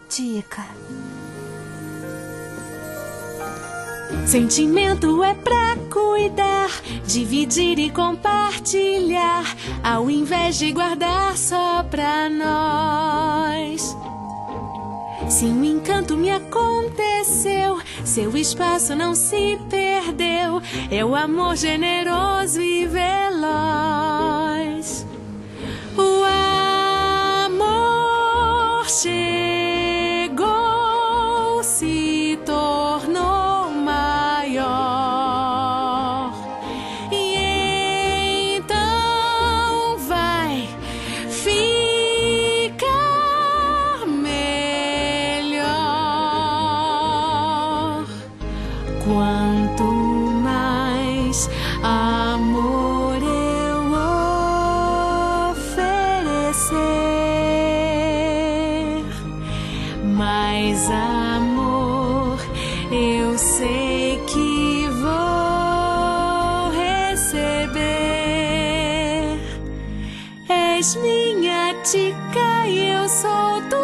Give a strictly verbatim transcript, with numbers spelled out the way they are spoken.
dica. Sentimento é pra cuidar, dividir e compartilhar, ao invés de guardar só pra nós. Se um encanto me aconteceu, seu espaço não se perdeu, é o amor generoso e veloz. O amor chegou, se tornou maior, e então vai ficar melhor. Quanto mais amor eu oferecer, mais amor eu sei que vou receber. És minha dica e eu sou tua.